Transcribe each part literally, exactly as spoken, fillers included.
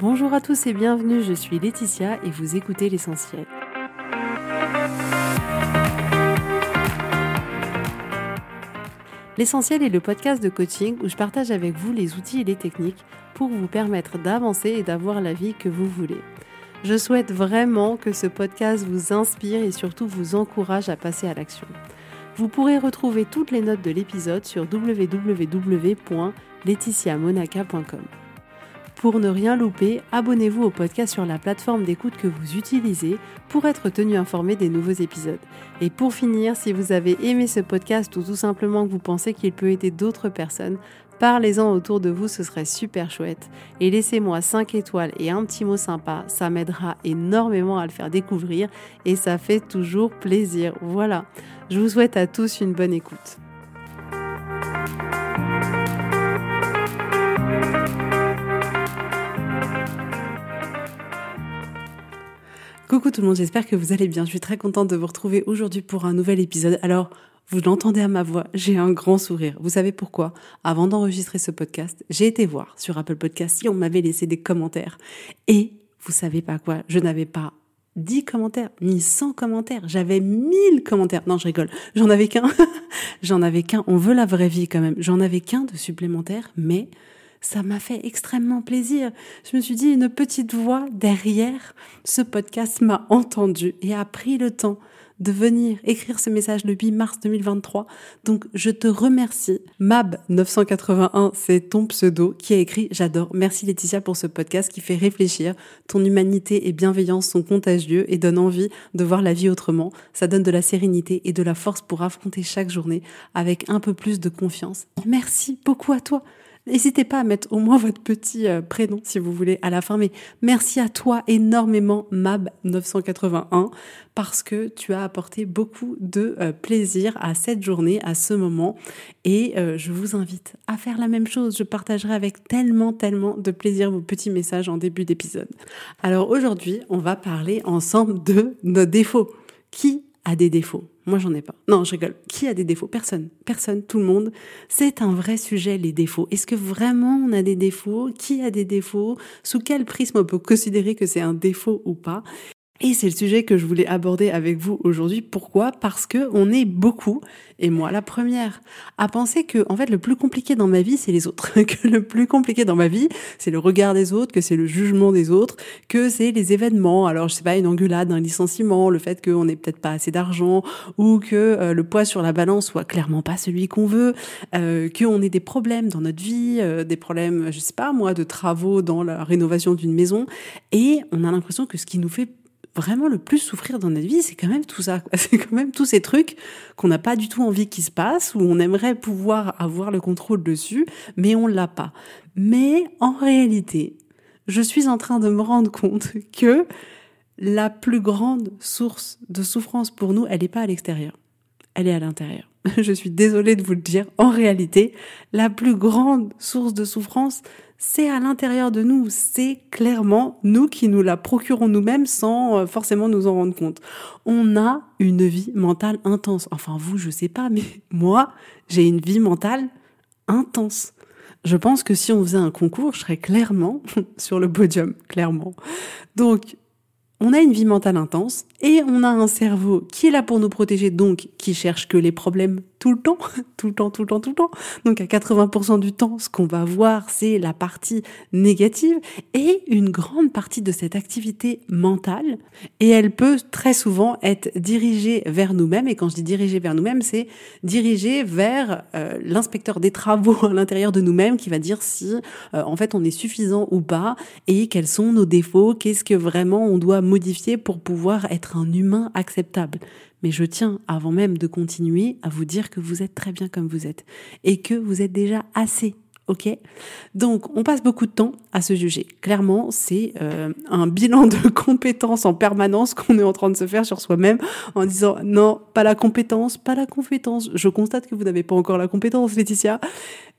Bonjour à tous et bienvenue, je suis Laetitia et vous écoutez l'essentiel. L'essentiel est le podcast de coaching où je partage avec vous les outils et les techniques pour vous permettre d'avancer et d'avoir la vie que vous voulez. Je souhaite vraiment que ce podcast vous inspire et surtout vous encourage à passer à l'action. Vous pourrez retrouver toutes les notes de l'épisode sur w w w point laetitia monaca point com. Pour ne rien louper, abonnez-vous au podcast sur la plateforme d'écoute que vous utilisez pour être tenu informé des nouveaux épisodes. Et pour finir, si vous avez aimé ce podcast ou tout simplement que vous pensez qu'il peut aider d'autres personnes, parlez-en autour de vous, ce serait super chouette. Et laissez-moi cinq étoiles et un petit mot sympa, ça m'aidera énormément à le faire découvrir et ça fait toujours plaisir. Voilà, je vous souhaite à tous une bonne écoute. Coucou tout le monde, j'espère que vous allez bien. Je suis très contente de vous retrouver aujourd'hui pour un nouvel épisode. Alors, vous l'entendez à ma voix, j'ai un grand sourire. Vous savez pourquoi ? Avant d'enregistrer ce podcast, j'ai été voir sur Apple Podcasts si on m'avait laissé des commentaires. Et vous savez pas quoi ? Je n'avais pas dix commentaires, ni cent commentaires. J'avais mille commentaires. Non, je rigole. J'en avais qu'un. J'en avais qu'un. On veut la vraie vie quand même. J'en avais qu'un de supplémentaire, mais ça m'a fait extrêmement plaisir. Je me suis dit, une petite voix derrière ce podcast m'a entendu et a pris le temps de venir écrire ce message le huit mars deux mille vingt-trois. Donc, je te remercie. Mab neuf cent quatre-vingt-un, c'est ton pseudo qui a écrit « J'adore ». Merci Laetitia pour ce podcast qui fait réfléchir. Ton humanité et bienveillance sont contagieux et donnent envie de voir la vie autrement. Ça donne de la sérénité et de la force pour affronter chaque journée avec un peu plus de confiance. Merci beaucoup à toi. N'hésitez pas à mettre au moins votre petit euh, prénom si vous voulez à la fin, mais merci à toi énormément Mab neuf cent quatre-vingt-un parce que tu as apporté beaucoup de euh, plaisir à cette journée, à ce moment et euh, je vous invite à faire la même chose. Je partagerai avec tellement, tellement de plaisir vos petits messages en début d'épisode. Alors aujourd'hui, on va parler ensemble de nos défauts. Qui a des défauts ? Moi, j'en ai pas. Non, je rigole. Qui a des défauts ? Personne. Personne. Tout le monde. C'est un vrai sujet, les défauts. Est-ce que vraiment on a des défauts ? Qui a des défauts ? Sous quel prisme on peut considérer que c'est un défaut ou pas ? Et c'est le sujet que je voulais aborder avec vous aujourd'hui. Pourquoi ? Parce que on est beaucoup, et moi la première, à penser que en fait le plus compliqué dans ma vie c'est les autres, que le plus compliqué dans ma vie c'est le regard des autres, que c'est le jugement des autres, que c'est les événements. Alors je sais pas, une engueulade, un licenciement, le fait qu'on n'ait peut-être pas assez d'argent, ou que euh, le poids sur la balance soit clairement pas celui qu'on veut, euh, qu'on ait des problèmes dans notre vie, euh, des problèmes, je sais pas moi, de travaux dans la rénovation d'une maison, et on a l'impression que ce qui nous fait vraiment le plus souffrir dans notre vie, c'est quand même tout ça, quoi. C'est quand même tous ces trucs qu'on n'a pas du tout envie qu'ils se passent, où on aimerait pouvoir avoir le contrôle dessus, mais on l'a pas. Mais en réalité, je suis en train de me rendre compte que la plus grande source de souffrance pour nous, elle n'est pas à l'extérieur, elle est à l'intérieur. Je suis désolée de vous le dire, en réalité, la plus grande source de souffrance, c'est à l'intérieur de nous, c'est clairement nous qui nous la procurons nous-mêmes sans forcément nous en rendre compte. On a une vie mentale intense. Enfin vous, je sais pas, mais moi, j'ai une vie mentale intense. Je pense que si on faisait un concours, je serais clairement sur le podium, clairement. Donc, on a une vie mentale intense et on a un cerveau qui est là pour nous protéger, donc qui cherche que les problèmes tout le temps, tout le temps, tout le temps, tout le temps. Donc à quatre-vingts pour cent du temps, ce qu'on va voir, c'est la partie négative et une grande partie de cette activité mentale. Et elle peut très souvent être dirigée vers nous-mêmes. Et quand je dis dirigée vers nous-mêmes, c'est dirigée vers euh, l'inspecteur des travaux à l'intérieur de nous-mêmes qui va dire si euh, en fait on est suffisant ou pas et quels sont nos défauts, qu'est-ce que vraiment on doit modifier pour pouvoir être un humain acceptable. Mais je tiens, avant même de continuer, à vous dire que vous êtes très bien comme vous êtes et que vous êtes déjà assez, ok ? Donc, on passe beaucoup de temps à se juger. Clairement, c'est euh, un bilan de compétences en permanence qu'on est en train de se faire sur soi-même en disant « Non, pas la compétence, pas la compétence. Je constate que vous n'avez pas encore la compétence, Laetitia. »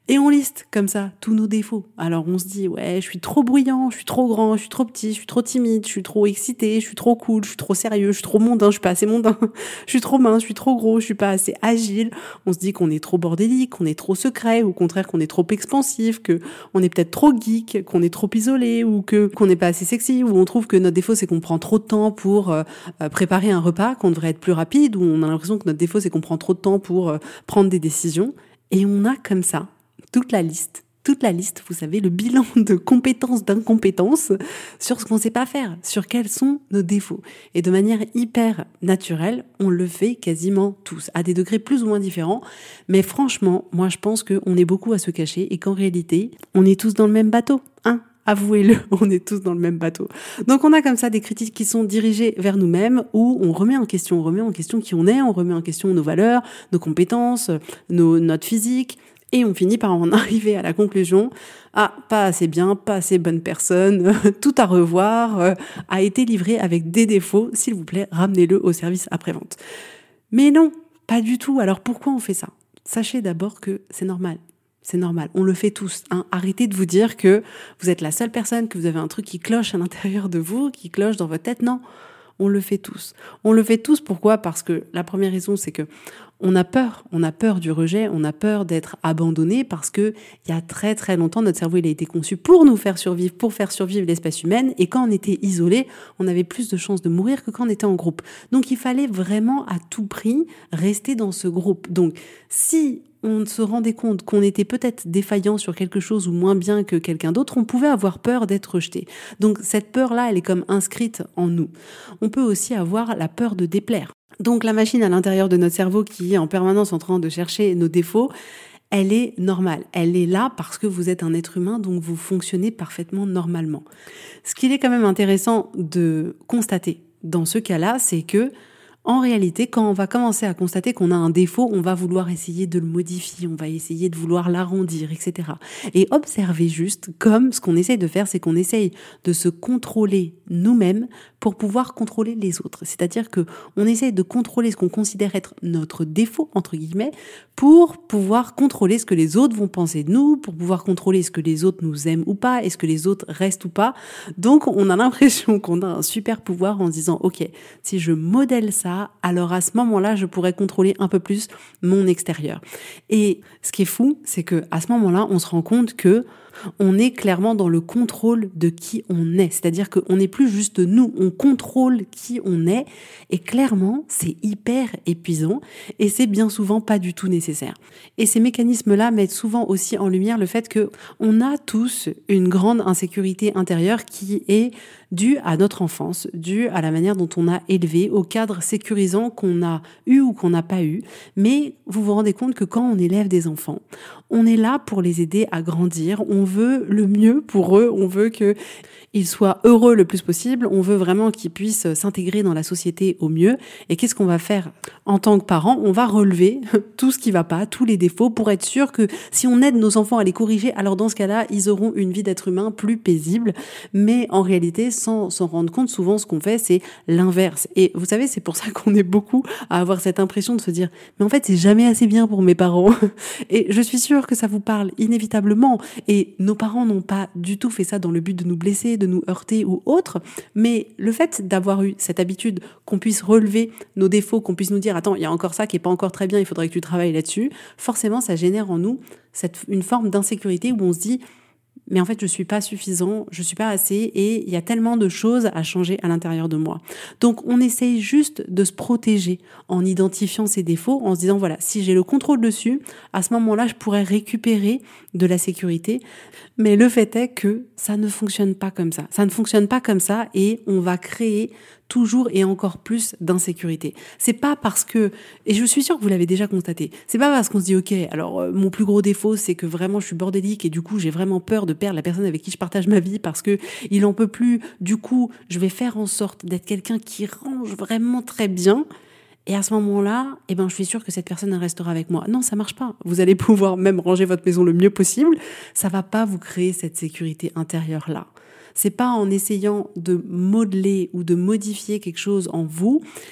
Et on liste comme ça tous nos défauts. Alors on se dit, ouais, je suis trop bruyant, je suis trop grand, je suis trop petit, je suis trop timide, je suis trop excité, je suis trop cool, je suis trop sérieux, je suis trop mondain, je suis pas assez mondain, je suis trop mince, je suis trop gros, je suis pas assez agile. On se dit qu'on est trop bordélique, qu'on est trop secret, ou au contraire qu'on est trop expansif, que on est peut-être trop geek, qu'on est trop isolé, ou que qu'on n'est pas assez sexy, ou on trouve que notre défaut c'est qu'on prend trop de temps pour euh, préparer un repas, qu'on devrait être plus rapide, ou on a l'impression que notre défaut c'est qu'on prend trop de temps pour euh, prendre des décisions. Et on a comme ça toute la liste, toute la liste, vous savez, le bilan de compétences, d'incompétences sur ce qu'on ne sait pas faire, sur quels sont nos défauts. Et de manière hyper naturelle, on le fait quasiment tous, à des degrés plus ou moins différents. Mais franchement, moi je pense qu'on est beaucoup à se cacher et qu'en réalité, on est tous dans le même bateau, hein. Avouez-le, on est tous dans le même bateau. Donc on a comme ça des critiques qui sont dirigées vers nous-mêmes, où on remet en question, on remet en question qui on est, on remet en question nos valeurs, nos compétences, nos, notre physique. Et on finit par en arriver à la conclusion, ah, pas assez bien, pas assez bonne personne, tout à revoir, euh, a été livré avec des défauts, s'il vous plaît, ramenez-le au service après-vente. Mais non, pas du tout. Alors pourquoi on fait ça ? Sachez d'abord que c'est normal. C'est normal, on le fait tous. Hein. Arrêtez de vous dire que vous êtes la seule personne, que vous avez un truc qui cloche à l'intérieur de vous, qui cloche dans votre tête. Non, on le fait tous. On le fait tous, pourquoi ? Parce que la première raison, c'est que on a peur, on a peur du rejet, on a peur d'être abandonné parce que il y a très très longtemps, notre cerveau il a été conçu pour nous faire survivre, pour faire survivre l'espèce humaine. Et quand on était isolé, on avait plus de chances de mourir que quand on était en groupe. Donc il fallait vraiment à tout prix rester dans ce groupe. Donc si on se rendait compte qu'on était peut-être défaillant sur quelque chose ou moins bien que quelqu'un d'autre, on pouvait avoir peur d'être rejeté. Donc cette peur-là, elle est comme inscrite en nous. On peut aussi avoir la peur de déplaire. Donc la machine à l'intérieur de notre cerveau qui est en permanence en train de chercher nos défauts, elle est normale. Elle est là parce que vous êtes un être humain, donc vous fonctionnez parfaitement normalement. Ce qu'il est quand même intéressant de constater dans ce cas-là, c'est que en réalité, quand on va commencer à constater qu'on a un défaut, on va vouloir essayer de le modifier, on va essayer de vouloir l'arrondir, et cetera. Et observez juste, comme ce qu'on essaye de faire, c'est qu'on essaye de se contrôler nous-mêmes pour pouvoir contrôler les autres. C'est-à-dire que on essaye de contrôler ce qu'on considère être notre défaut, entre guillemets, pour pouvoir contrôler ce que les autres vont penser de nous, pour pouvoir contrôler ce que les autres nous aiment ou pas, est-ce que les autres restent ou pas. Donc, on a l'impression qu'on a un super pouvoir en se disant, ok, si je modèle ça, alors à ce moment-là, je pourrais contrôler un peu plus mon extérieur. Et ce qui est fou, c'est que à ce moment-là, on se rend compte que on est clairement dans le contrôle de qui on est. C'est-à-dire qu'on n'est plus juste nous, on contrôle qui on est. Et clairement, c'est hyper épuisant et c'est bien souvent pas du tout nécessaire. Et ces mécanismes-là mettent souvent aussi en lumière le fait que on a tous une grande insécurité intérieure qui est due à notre enfance, due à la manière dont on a élevé, au cadre sécurisant qu'on a eu ou qu'on n'a pas eu. Mais vous vous rendez compte que quand on élève des enfants, on est là pour les aider à grandir. On veut le mieux pour eux. On veut qu'ils soient heureux le plus possible. On veut vraiment qu'ils puissent s'intégrer dans la société au mieux. Et qu'est-ce qu'on va faire en tant que parents ? On va relever tout ce qui va pas, tous les défauts, pour être sûr que si on aide nos enfants à les corriger, alors dans ce cas-là, ils auront une vie d'être humain plus paisible. Mais en réalité, sans s'en rendre compte, souvent ce qu'on fait, c'est l'inverse. Et vous savez, c'est pour ça qu'on est beaucoup à avoir cette impression de se dire « mais en fait, c'est jamais assez bien pour mes parents ». Et je suis sûre que ça vous parle inévitablement. Et nos parents n'ont pas du tout fait ça dans le but de nous blesser, de nous heurter ou autre. Mais le fait d'avoir eu cette habitude qu'on puisse relever nos défauts, qu'on puisse nous dire « attends, il y a encore ça qui est pas encore très bien, il faudrait que tu travailles là-dessus », forcément, ça génère en nous cette, une forme d'insécurité où on se dit « mais en fait, je suis pas suffisant, je suis pas assez et il y a tellement de choses à changer à l'intérieur de moi. » Donc, on essaye juste de se protéger en identifiant ces défauts, en se disant, voilà, si j'ai le contrôle dessus, à ce moment-là, je pourrais récupérer de la sécurité. Mais le fait est que ça ne fonctionne pas comme ça. Ça ne fonctionne pas comme ça et on va créer toujours et encore plus d'insécurité. C'est pas parce que, et je suis sûre que vous l'avez déjà constaté, c'est pas parce qu'on se dit, ok, alors euh, mon plus gros défaut, c'est que vraiment je suis bordélique et du coup j'ai vraiment peur de perdre la personne avec qui je partage ma vie parce que il en peut plus. Du coup, je vais faire en sorte d'être quelqu'un qui range vraiment très bien. Et à ce moment-là, eh ben, je suis sûre que cette personne elle restera avec moi. Non, ça marche pas. Vous allez pouvoir même ranger votre maison le mieux possible. Ça va pas vous créer cette sécurité intérieure-là. C'est pas en essayant de modeler ou de modifier quelque chose en vous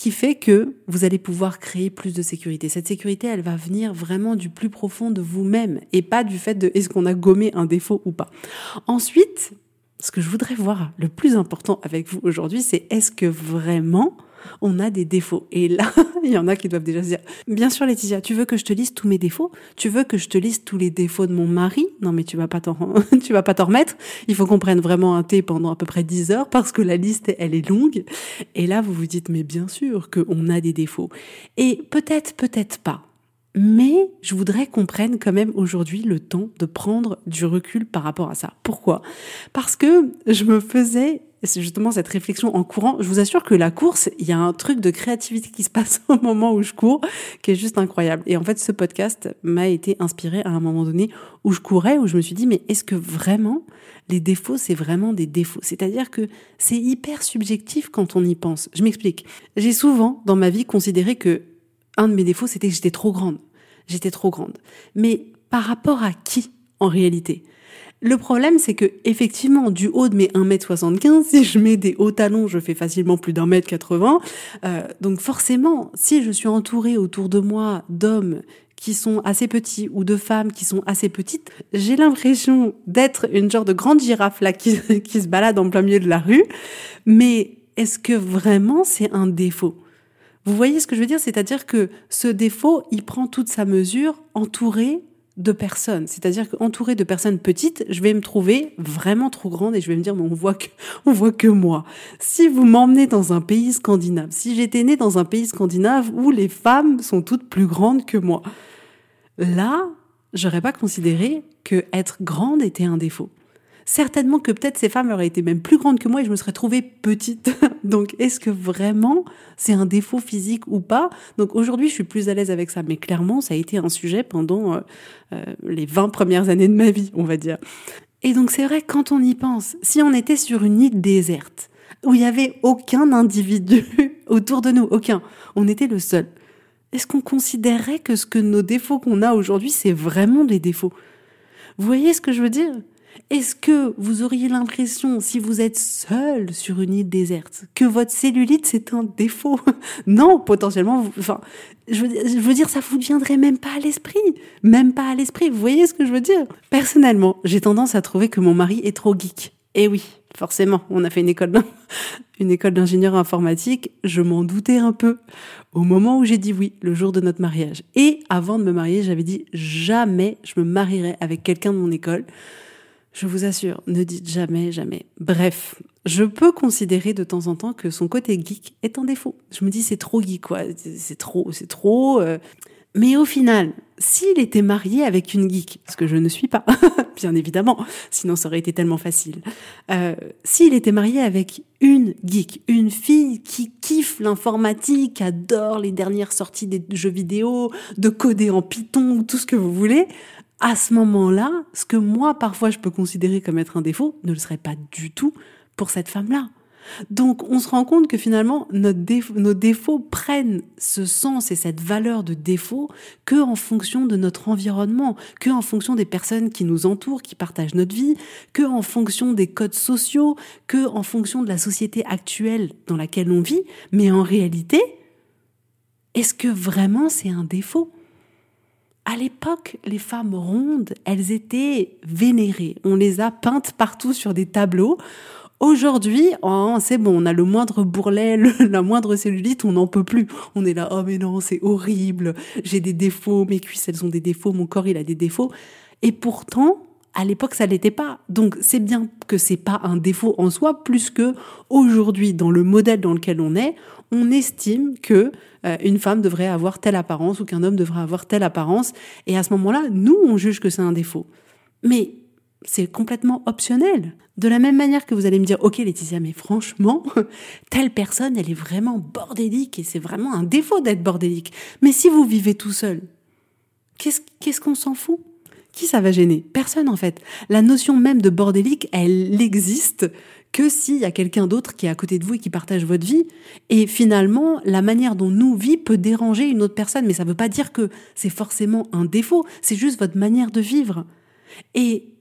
qui fait que vous allez pouvoir créer plus de sécurité. Cette sécurité, elle va venir vraiment du plus profond de vous-même et pas du fait de est-ce qu'on a gommé un défaut ou pas. Ensuite, ce que je voudrais voir le plus important avec vous aujourd'hui, c'est est-ce que vraiment on a des défauts? Et là, il y en a qui doivent déjà se dire, bien sûr Laetitia, tu veux que je te liste tous mes défauts? Tu veux que je te liste tous les défauts de mon mari? Non mais tu vas pas t'en, tu vas pas t'en remettre. Il faut qu'on prenne vraiment un thé pendant à peu près dix heures parce que la liste, elle est longue. Et là, vous vous dites, mais bien sûr qu'on a des défauts. Et peut-être, peut-être pas. Mais je voudrais qu'on prenne quand même aujourd'hui le temps de prendre du recul par rapport à ça. Pourquoi ? Parce que je me faisais, c'est justement cette réflexion en courant, je vous assure que la course, il y a un truc de créativité qui se passe au moment où je cours, qui est juste incroyable. Et en fait, ce podcast m'a été inspiré à un moment donné où je courais, où je me suis dit, mais est-ce que vraiment les défauts, c'est vraiment des défauts ? C'est-à-dire que c'est hyper subjectif quand on y pense. Je m'explique. J'ai souvent, dans ma vie, considéré que un de mes défauts, c'était que j'étais trop grande. J'étais trop grande. Mais par rapport à qui, en réalité ? Le problème, c'est que, effectivement, du haut de mes un mètre soixante-quinze, si je mets des hauts talons, je fais facilement plus d'un mètre quatre-vingts. Euh, donc forcément, si je suis entourée autour de moi d'hommes qui sont assez petits ou de femmes qui sont assez petites, j'ai l'impression d'être une genre de grande girafe là qui, qui se balade en plein milieu de la rue. Mais est-ce que vraiment c'est un défaut ? Vous voyez ce que je veux dire ? C'est-à-dire que ce défaut, il prend toute sa mesure entouré de personnes. C'est-à-dire qu'entouré de personnes petites, je vais me trouver vraiment trop grande et je vais me dire, mais on voit que, on voit que moi. Si vous m'emmenez dans un pays scandinave, si j'étais née dans un pays scandinave où les femmes sont toutes plus grandes que moi, là, j'aurais pas considéré que être grande était un défaut. Certainement que peut-être ces femmes auraient été même plus grandes que moi et je me serais trouvée petite. Donc, est-ce que vraiment c'est un défaut physique ou pas ? Donc, aujourd'hui, je suis plus à l'aise avec ça. Mais clairement, ça a été un sujet pendant euh, euh, les vingt premières années de ma vie, on va dire. Et donc, c'est vrai, quand on y pense, si on était sur une île déserte, où il n'y avait aucun individu autour de nous, aucun, on était le seul, est-ce qu'on considérerait que ce que nos défauts qu'on a aujourd'hui, c'est vraiment des défauts ? Vous voyez ce que je veux dire ? Est-ce que vous auriez l'impression, si vous êtes seul sur une île déserte, que votre cellulite, c'est un défaut ? Non, potentiellement, vous, enfin, je veux, je veux dire, ça vous viendrait même pas à l'esprit. Même pas à l'esprit. Vous voyez ce que je veux dire ? Personnellement, j'ai tendance à trouver que mon mari est trop geek. Et oui, forcément, on a fait une école, une école d'ingénieur informatique, je m'en doutais un peu. Au moment où j'ai dit oui, le jour de notre mariage. Et avant de me marier, j'avais dit jamais je me marierai avec quelqu'un de mon école. Je vous assure, ne dites jamais, jamais. Bref, je peux considérer de temps en temps que son côté geek est un défaut. Je me dis, c'est trop geek, quoi. C'est trop, c'est trop... Euh... Mais au final, s'il était marié avec une geek, ce que je ne suis pas, bien évidemment, sinon ça aurait été tellement facile. Euh, s'il était marié avec une geek, une fille qui kiffe l'informatique, qui adore les dernières sorties des jeux vidéo, de coder en Python, tout ce que vous voulez... À ce moment-là, ce que moi, parfois, je peux considérer comme être un défaut, ne le serait pas du tout pour cette femme-là. Donc, on se rend compte que finalement, notre défaut, nos défauts prennent ce sens et cette valeur de défaut que en fonction de notre environnement, que en fonction des personnes qui nous entourent, qui partagent notre vie, que en fonction des codes sociaux, que en fonction de la société actuelle dans laquelle on vit. Mais en réalité, est-ce que vraiment c'est un défaut ? À l'époque, les femmes rondes, elles étaient vénérées. On les a peintes partout sur des tableaux. Aujourd'hui, oh, c'est bon, on a le moindre bourrelet, le, la moindre cellulite, on n'en peut plus. On est là, oh mais non, c'est horrible, j'ai des défauts, mes cuisses, elles ont des défauts, mon corps, il a des défauts. Et pourtant, à l'époque, ça l'était pas. Donc, c'est bien que c'est pas un défaut en soi, plus que aujourd'hui, dans le modèle dans lequel on est, on estime que euh, une femme devrait avoir telle apparence ou qu'un homme devrait avoir telle apparence. Et à ce moment-là, nous, on juge que c'est un défaut. Mais c'est complètement optionnel. De la même manière que vous allez me dire, ok Laetitia, mais franchement, telle personne, elle est vraiment bordélique et c'est vraiment un défaut d'être bordélique. Mais si vous vivez tout seul, qu'est-ce, qu'est-ce qu'on s'en fout ? Qui ça va gêner ? Personne en fait. La notion même de bordélique, elle existe que s'il y a quelqu'un d'autre qui est à côté de vous et qui partage votre vie. Et finalement, la manière dont nous vivons peut déranger une autre personne. Mais ça ne veut pas dire que c'est forcément un défaut. C'est juste votre manière de vivre. Et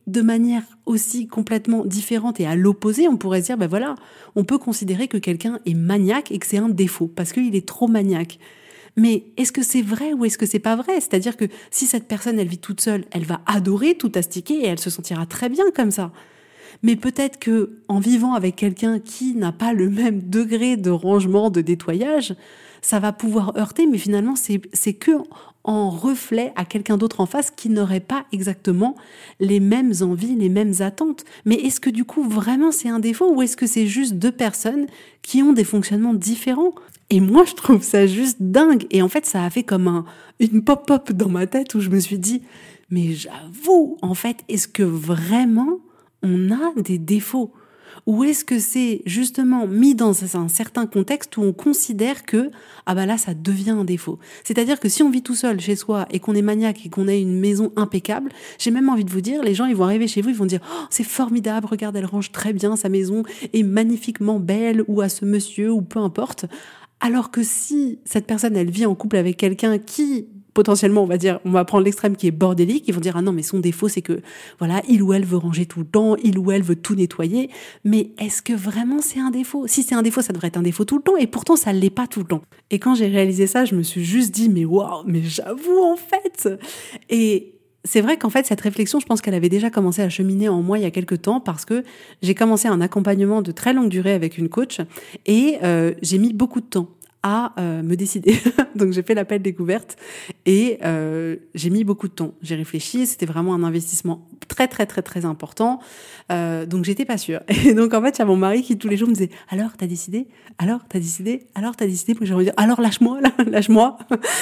de manière aussi complètement différente et à l'opposé, on pourrait se dire, ben voilà, on peut considérer que quelqu'un est maniaque et que c'est un défaut parce qu'il est trop maniaque. Mais est-ce que c'est vrai ou est-ce que c'est pas vrai? C'est-à-dire que si cette personne, elle vit toute seule, elle va adorer tout astiquer et elle se sentira très bien comme ça. Mais peut-être que en vivant avec quelqu'un qui n'a pas le même degré de rangement, de nettoyage, ça va pouvoir heurter, mais finalement, c'est, c'est que en reflet à quelqu'un d'autre en face qui n'aurait pas exactement les mêmes envies, les mêmes attentes. Mais est-ce que du coup, vraiment, c'est un défaut ou est-ce que c'est juste deux personnes qui ont des fonctionnements différents? Et moi, je trouve ça juste dingue. Et en fait, ça a fait comme un, une pop-up dans ma tête où je me suis dit, mais j'avoue, en fait, est-ce que vraiment on a des défauts? Ou est-ce que c'est justement mis dans un certain contexte où on considère que ah bah là ça devient un défaut. C'est-à-dire que si on vit tout seul chez soi et qu'on est maniaque et qu'on a une maison impeccable, j'ai même envie de vous dire, les gens ils vont arriver chez vous, ils vont dire oh, c'est formidable, regarde elle range très bien, sa maison est magnifiquement belle, ou à ce monsieur ou peu importe. Alors que si cette personne elle vit en couple avec quelqu'un qui potentiellement, on va dire, on va prendre l'extrême qui est bordélique, ils vont dire, ah non, mais son défaut, c'est que, voilà, il ou elle veut ranger tout le temps, il ou elle veut tout nettoyer. Mais est-ce que vraiment c'est un défaut? Si c'est un défaut, ça devrait être un défaut tout le temps, et pourtant, ça l'est pas tout le temps. Et quand j'ai réalisé ça, je me suis juste dit, mais waouh, mais j'avoue, en fait. Et c'est vrai qu'en fait, cette réflexion, je pense qu'elle avait déjà commencé à cheminer en moi il y a quelques temps parce que j'ai commencé un accompagnement de très longue durée avec une coach et euh, j'ai mis beaucoup de temps à euh, me décider. Donc j'ai fait l'appel découverte et euh, j'ai mis beaucoup de temps. J'ai réfléchi, c'était vraiment un investissement très très très très important. Euh, donc j'étais pas sûre. Et donc en fait, il y a mon mari qui tous les jours me disait « Alors, t'as décidé ? Alors, t'as décidé ? Alors, t'as décidé ?» Moi j'ai envie de dire « Alors, lâche-moi, là, lâche-moi !»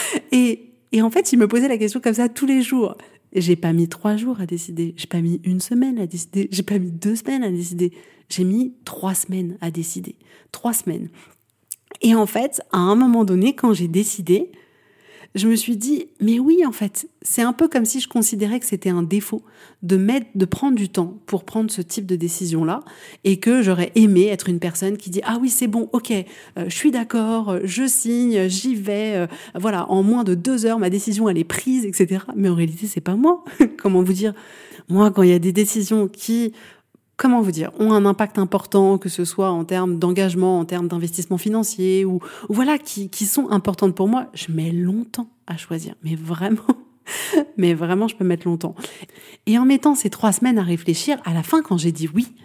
Et et en fait, il me posait la question comme ça tous les jours. J'ai pas mis trois jours à décider. J'ai pas mis une semaine à décider. J'ai pas mis deux semaines à décider. J'ai mis trois semaines à décider. Trois semaines. Et en fait, à un moment donné, quand j'ai décidé, je me suis dit, mais oui, en fait, c'est un peu comme si je considérais que c'était un défaut de mettre, de prendre du temps pour prendre ce type de décision-là et que j'aurais aimé être une personne qui dit, ah oui, c'est bon, ok, euh, je suis d'accord, je signe, j'y vais, euh, voilà, en moins de deux heures, ma décision, elle est prise, et cetera. Mais en réalité, c'est pas moi. Comment vous dire? Moi, quand il y a des décisions qui comment vous dire, ont un impact important, que ce soit en termes d'engagement, en termes d'investissement financier, ou, ou voilà, qui, qui sont importantes pour moi, je mets longtemps à choisir. Mais vraiment, mais vraiment, je peux mettre longtemps. Et en mettant ces trois semaines à réfléchir, à la fin, quand j'ai dit oui,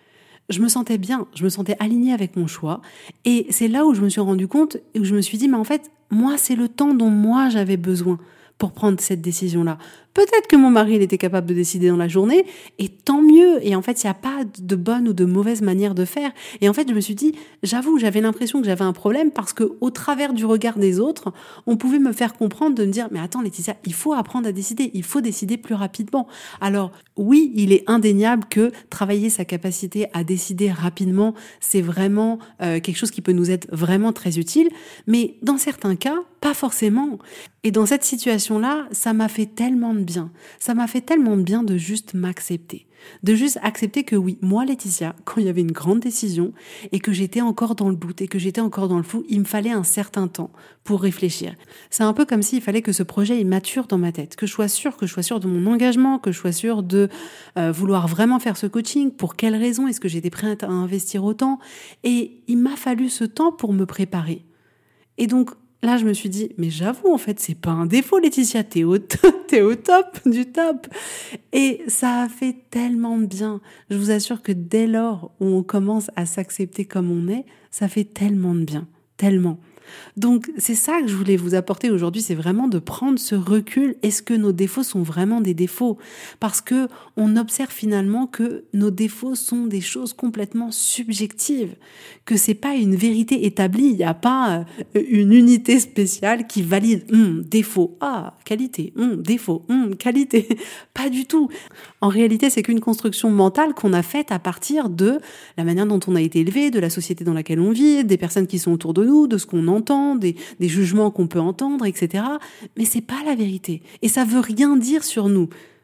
je me sentais bien, je me sentais alignée avec mon choix. Et c'est là où je me suis rendu compte, où je me suis dit, mais en fait, moi, c'est le temps dont moi, j'avais besoin pour prendre cette décision-là. Peut-être que mon mari, il était capable de décider dans la journée, et tant mieux. Et en fait, il n'y a pas de bonne ou de mauvaise manière de faire. Et en fait, je me suis dit, j'avoue, j'avais l'impression que j'avais un problème parce que, au travers du regard des autres, on pouvait me faire comprendre de me dire, mais attends, Laetitia, il faut apprendre à décider, il faut décider plus rapidement. Alors, oui, il est indéniable que travailler sa capacité à décider rapidement, c'est vraiment euh, quelque chose qui peut nous être vraiment très utile. Mais dans certains cas, pas forcément. Et dans cette situation-là, ça m'a fait tellement de bien. Ça m'a fait tellement de bien de juste m'accepter. De juste accepter que oui, moi Laetitia, quand il y avait une grande décision et que j'étais encore dans le doute et que j'étais encore dans le flou, il me fallait un certain temps pour réfléchir. C'est un peu comme s'il fallait que ce projet il mature dans ma tête, que je sois sûre, que je sois sûre de mon engagement, que je sois sûre de euh, vouloir vraiment faire ce coaching, pour quelles raisons est-ce que j'étais prête à investir autant. Et il m'a fallu ce temps pour me préparer. Et donc, là, je me suis dit, mais j'avoue, en fait, c'est pas un défaut, Laetitia, t'es au, t'es au top du top. Et ça a fait tellement de bien. Je vous assure que dès lors où on commence à s'accepter comme on est, ça fait tellement de bien, tellement. Donc, c'est ça que je voulais vous apporter aujourd'hui, c'est vraiment de prendre ce recul. Est-ce que nos défauts sont vraiment des défauts? Parce que on observe finalement que nos défauts sont des choses complètement subjectives, que c'est pas une vérité établie. Il n'y a pas une unité spéciale qui valide hum, défaut, ah, qualité, hum, défaut, hum, qualité. Pas du tout. En réalité, c'est qu'une construction mentale qu'on a faite à partir de la manière dont on a été élevé, de la société dans laquelle on vit, des personnes qui sont autour de nous, de ce qu'on entend, des, des jugements qu'on peut entendre, et cetera. Mais c'est pas la vérité. Et ça veut rien dire sur nous.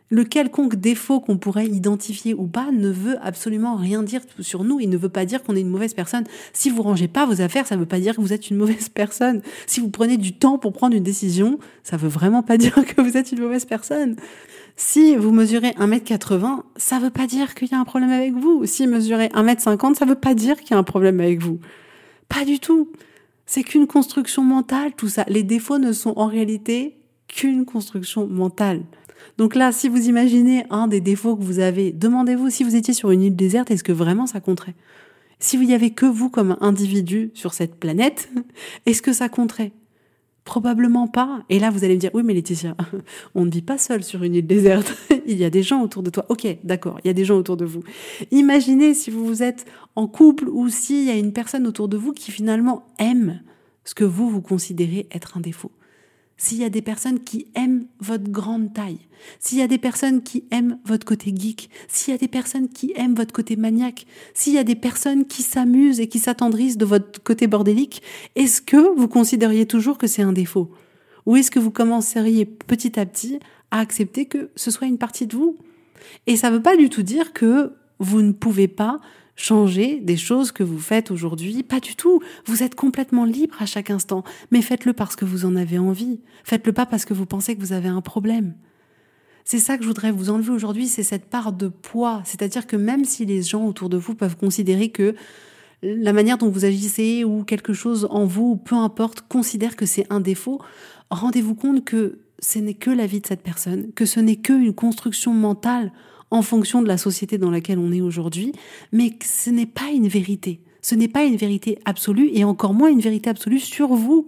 Le quelconque défaut qu'on pourrait identifier ou pas ne veut absolument rien dire sur nous. Il ne veut pas dire qu'on est une mauvaise personne. Si vous rangez pas vos affaires, ça ne veut pas dire que vous êtes une mauvaise personne. Si vous prenez du temps pour prendre une décision, ça veut vraiment pas dire que vous êtes une mauvaise personne. Si vous mesurez un mètre quatre-vingts, ça veut pas dire qu'il y a un problème avec vous. Si mesurez un mètre cinquante, ça veut pas dire qu'il y a un problème avec vous. Pas du tout. C'est qu'une construction mentale, tout ça. Les défauts ne sont en réalité qu'une construction mentale. Donc là, si vous imaginez un des défauts que vous avez, demandez-vous si vous étiez sur une île déserte, est-ce que vraiment ça compterait ? Si vous n'y avait que vous comme individu sur cette planète, est-ce que ça compterait ? Probablement pas. Et là, vous allez me dire, oui, mais Laetitia, on ne vit pas seul sur une île déserte. Il y a des gens autour de toi. Ok, d'accord, il y a des gens autour de vous. Imaginez si vous êtes en couple ou s'il y a une personne autour de vous qui finalement aime ce que vous, vous considérez être un défaut. S'il y a des personnes qui aiment votre grande taille, s'il y a des personnes qui aiment votre côté geek, s'il y a des personnes qui aiment votre côté maniaque, s'il y a des personnes qui s'amusent et qui s'attendrissent de votre côté bordélique, est-ce que vous considériez toujours que c'est un défaut ? Ou est-ce que vous commenceriez petit à petit à accepter que ce soit une partie de vous ? Et ça ne veut pas du tout dire que vous ne pouvez pas changer des choses que vous faites aujourd'hui, pas du tout. Vous êtes complètement libre à chaque instant, mais faites-le parce que vous en avez envie. Faites-le pas parce que vous pensez que vous avez un problème. C'est ça que je voudrais vous enlever aujourd'hui, c'est cette part de poids. C'est-à-dire que même si les gens autour de vous peuvent considérer que la manière dont vous agissez ou quelque chose en vous, peu importe, considère que c'est un défaut, rendez-vous compte que ce n'est que la vie de cette personne, que ce n'est qu'une construction mentale en fonction de la société dans laquelle on est aujourd'hui, mais que ce n'est pas une vérité. Ce n'est pas une vérité absolue et encore moins une vérité absolue sur vous.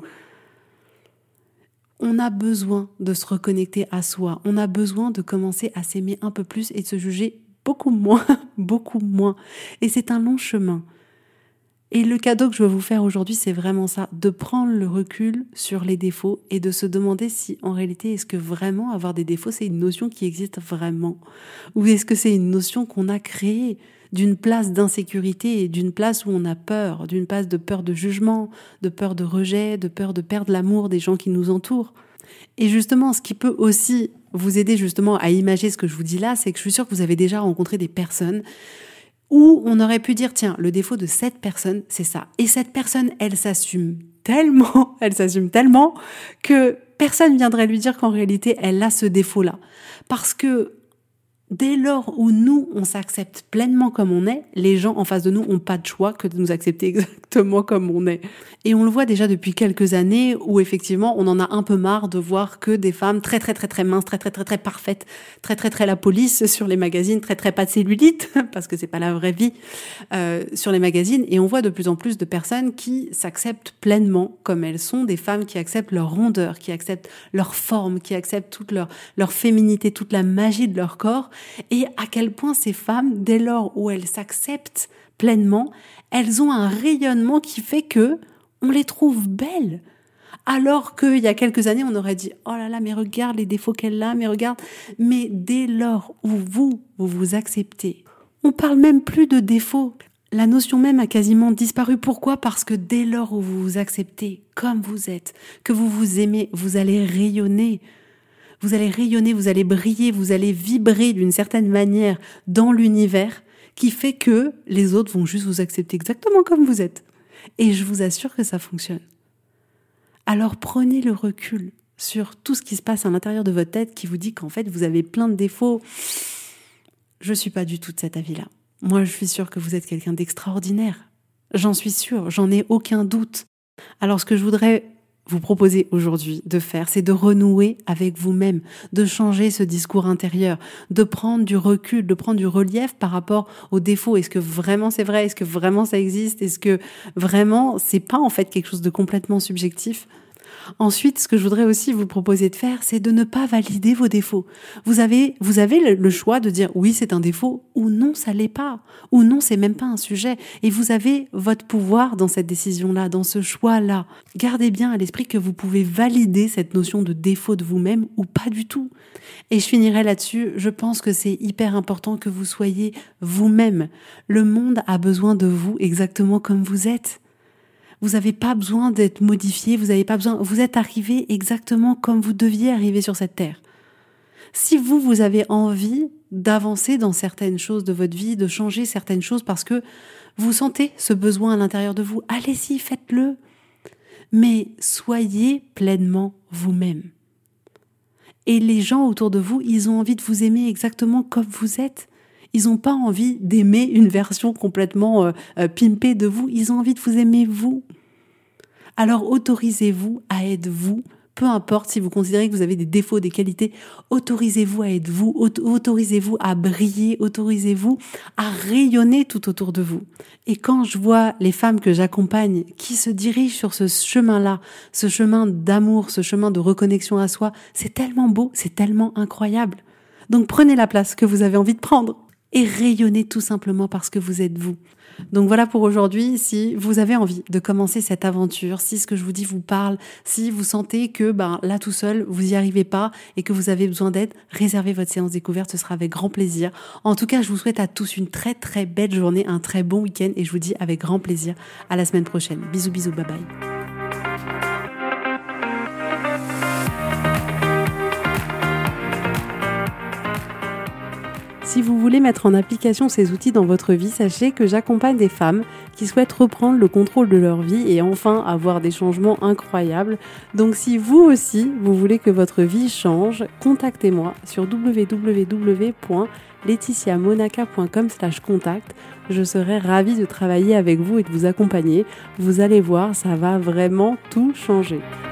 On a besoin de se reconnecter à soi. On a besoin de commencer à s'aimer un peu plus et de se juger beaucoup moins, beaucoup moins. Et c'est un long chemin. Et le cadeau que je veux vous faire aujourd'hui, c'est vraiment ça, de prendre le recul sur les défauts et de se demander si, en réalité, est-ce que vraiment avoir des défauts, c'est une notion qui existe vraiment ? Ou est-ce que c'est une notion qu'on a créée d'une place d'insécurité et d'une place où on a peur, d'une place de peur de jugement, de peur de rejet, de peur de perdre l'amour des gens qui nous entourent ? Et justement, ce qui peut aussi vous aider justement à imager ce que je vous dis là, c'est que je suis sûre que vous avez déjà rencontré des personnes où on aurait pu dire, tiens, le défaut de cette personne, c'est ça. Et cette personne, elle s'assume tellement, elle s'assume tellement que personne viendrait lui dire qu'en réalité, elle a ce défaut-là. Parce que dès lors où nous, on s'accepte pleinement comme on est, les gens en face de nous n'ont pas de choix que de nous accepter exactement comme on est. Et on le voit déjà depuis quelques années où effectivement, on en a un peu marre de voir que des femmes très très très très minces, très très très très parfaites, très très très la police sur les magazines, très très pas de cellulite, parce que c'est pas la vraie vie, euh, sur les magazines. Et on voit de plus en plus de personnes qui s'acceptent pleinement comme elles sont, des femmes qui acceptent leur rondeur, qui acceptent leur forme, qui acceptent toute leur, leur féminité, toute la magie de leur corps. Et à quel point ces femmes, dès lors où elles s'acceptent pleinement, elles ont un rayonnement qui fait que on les trouve belles. Alors qu'il y a quelques années, on aurait dit « Oh là là, mais regarde les défauts qu'elle a, mais regarde ». Mais dès lors où vous, vous vous acceptez, on parle même plus de défauts. La notion même a quasiment disparu. Pourquoi ? Parce que dès lors où vous vous acceptez comme vous êtes, que vous vous aimez, vous allez rayonner. Vous allez rayonner, vous allez briller, vous allez vibrer d'une certaine manière dans l'univers qui fait que les autres vont juste vous accepter exactement comme vous êtes. Et je vous assure que ça fonctionne. Alors prenez le recul sur tout ce qui se passe à l'intérieur de votre tête qui vous dit qu'en fait vous avez plein de défauts. Je ne suis pas du tout de cet avis-là. Moi, je suis sûre que vous êtes quelqu'un d'extraordinaire. J'en suis sûre, j'en ai aucun doute. Alors ce que je voudrais vous proposer aujourd'hui de faire, c'est de renouer avec vous-même, de changer ce discours intérieur, de prendre du recul, de prendre du relief par rapport aux défauts. Est-ce que vraiment c'est vrai ? Est-ce que vraiment ça existe ? Est-ce que vraiment c'est pas en fait quelque chose de complètement subjectif ? Ensuite, ce que je voudrais aussi vous proposer de faire, c'est de ne pas valider vos défauts. Vous avez, vous avez le choix de dire oui, c'est un défaut ou non, ça l'est pas. Ou non, c'est même pas un sujet. Et vous avez votre pouvoir dans cette décision-là, dans ce choix-là. Gardez bien à l'esprit que vous pouvez valider cette notion de défaut de vous-même ou pas du tout. Et je finirai là-dessus. Je pense que c'est hyper important que vous soyez vous-même. Le monde a besoin de vous exactement comme vous êtes. Vous n'avez pas besoin d'être modifié, vous n'avez pas besoin, vous êtes arrivé exactement comme vous deviez arriver sur cette terre. Si vous, vous avez envie d'avancer dans certaines choses de votre vie, de changer certaines choses parce que vous sentez ce besoin à l'intérieur de vous, allez-y, faites-le. Mais soyez pleinement vous-même. Et les gens autour de vous, ils ont envie de vous aimer exactement comme vous êtes. Ils n'ont pas envie d'aimer une version complètement euh, euh, pimpée de vous. Ils ont envie de vous aimer vous. Alors autorisez-vous à être vous. Peu importe si vous considérez que vous avez des défauts, des qualités, autorisez-vous à être vous, autorisez-vous à briller, autorisez-vous à rayonner tout autour de vous. Et quand je vois les femmes que j'accompagne qui se dirigent sur ce chemin-là, ce chemin d'amour, ce chemin de reconnexion à soi, c'est tellement beau, c'est tellement incroyable. Donc prenez la place que vous avez envie de prendre et rayonnez tout simplement parce que vous êtes vous. Donc voilà pour aujourd'hui. Si vous avez envie de commencer cette aventure, si ce que je vous dis vous parle, si vous sentez que ben, là tout seul, vous n'y arrivez pas et que vous avez besoin d'aide, réservez votre séance découverte, ce sera avec grand plaisir. En tout cas, je vous souhaite à tous une très très belle journée, un très bon week-end et je vous dis avec grand plaisir à la semaine prochaine. Bisous bisous, bye bye. Si vous voulez mettre en application ces outils dans votre vie, sachez que j'accompagne des femmes qui souhaitent reprendre le contrôle de leur vie et enfin avoir des changements incroyables. Donc si vous aussi, vous voulez que votre vie change, contactez-moi sur w w w point laetitia monaca point com slash contact. Je serai ravie de travailler avec vous et de vous accompagner. Vous allez voir, ça va vraiment tout changer.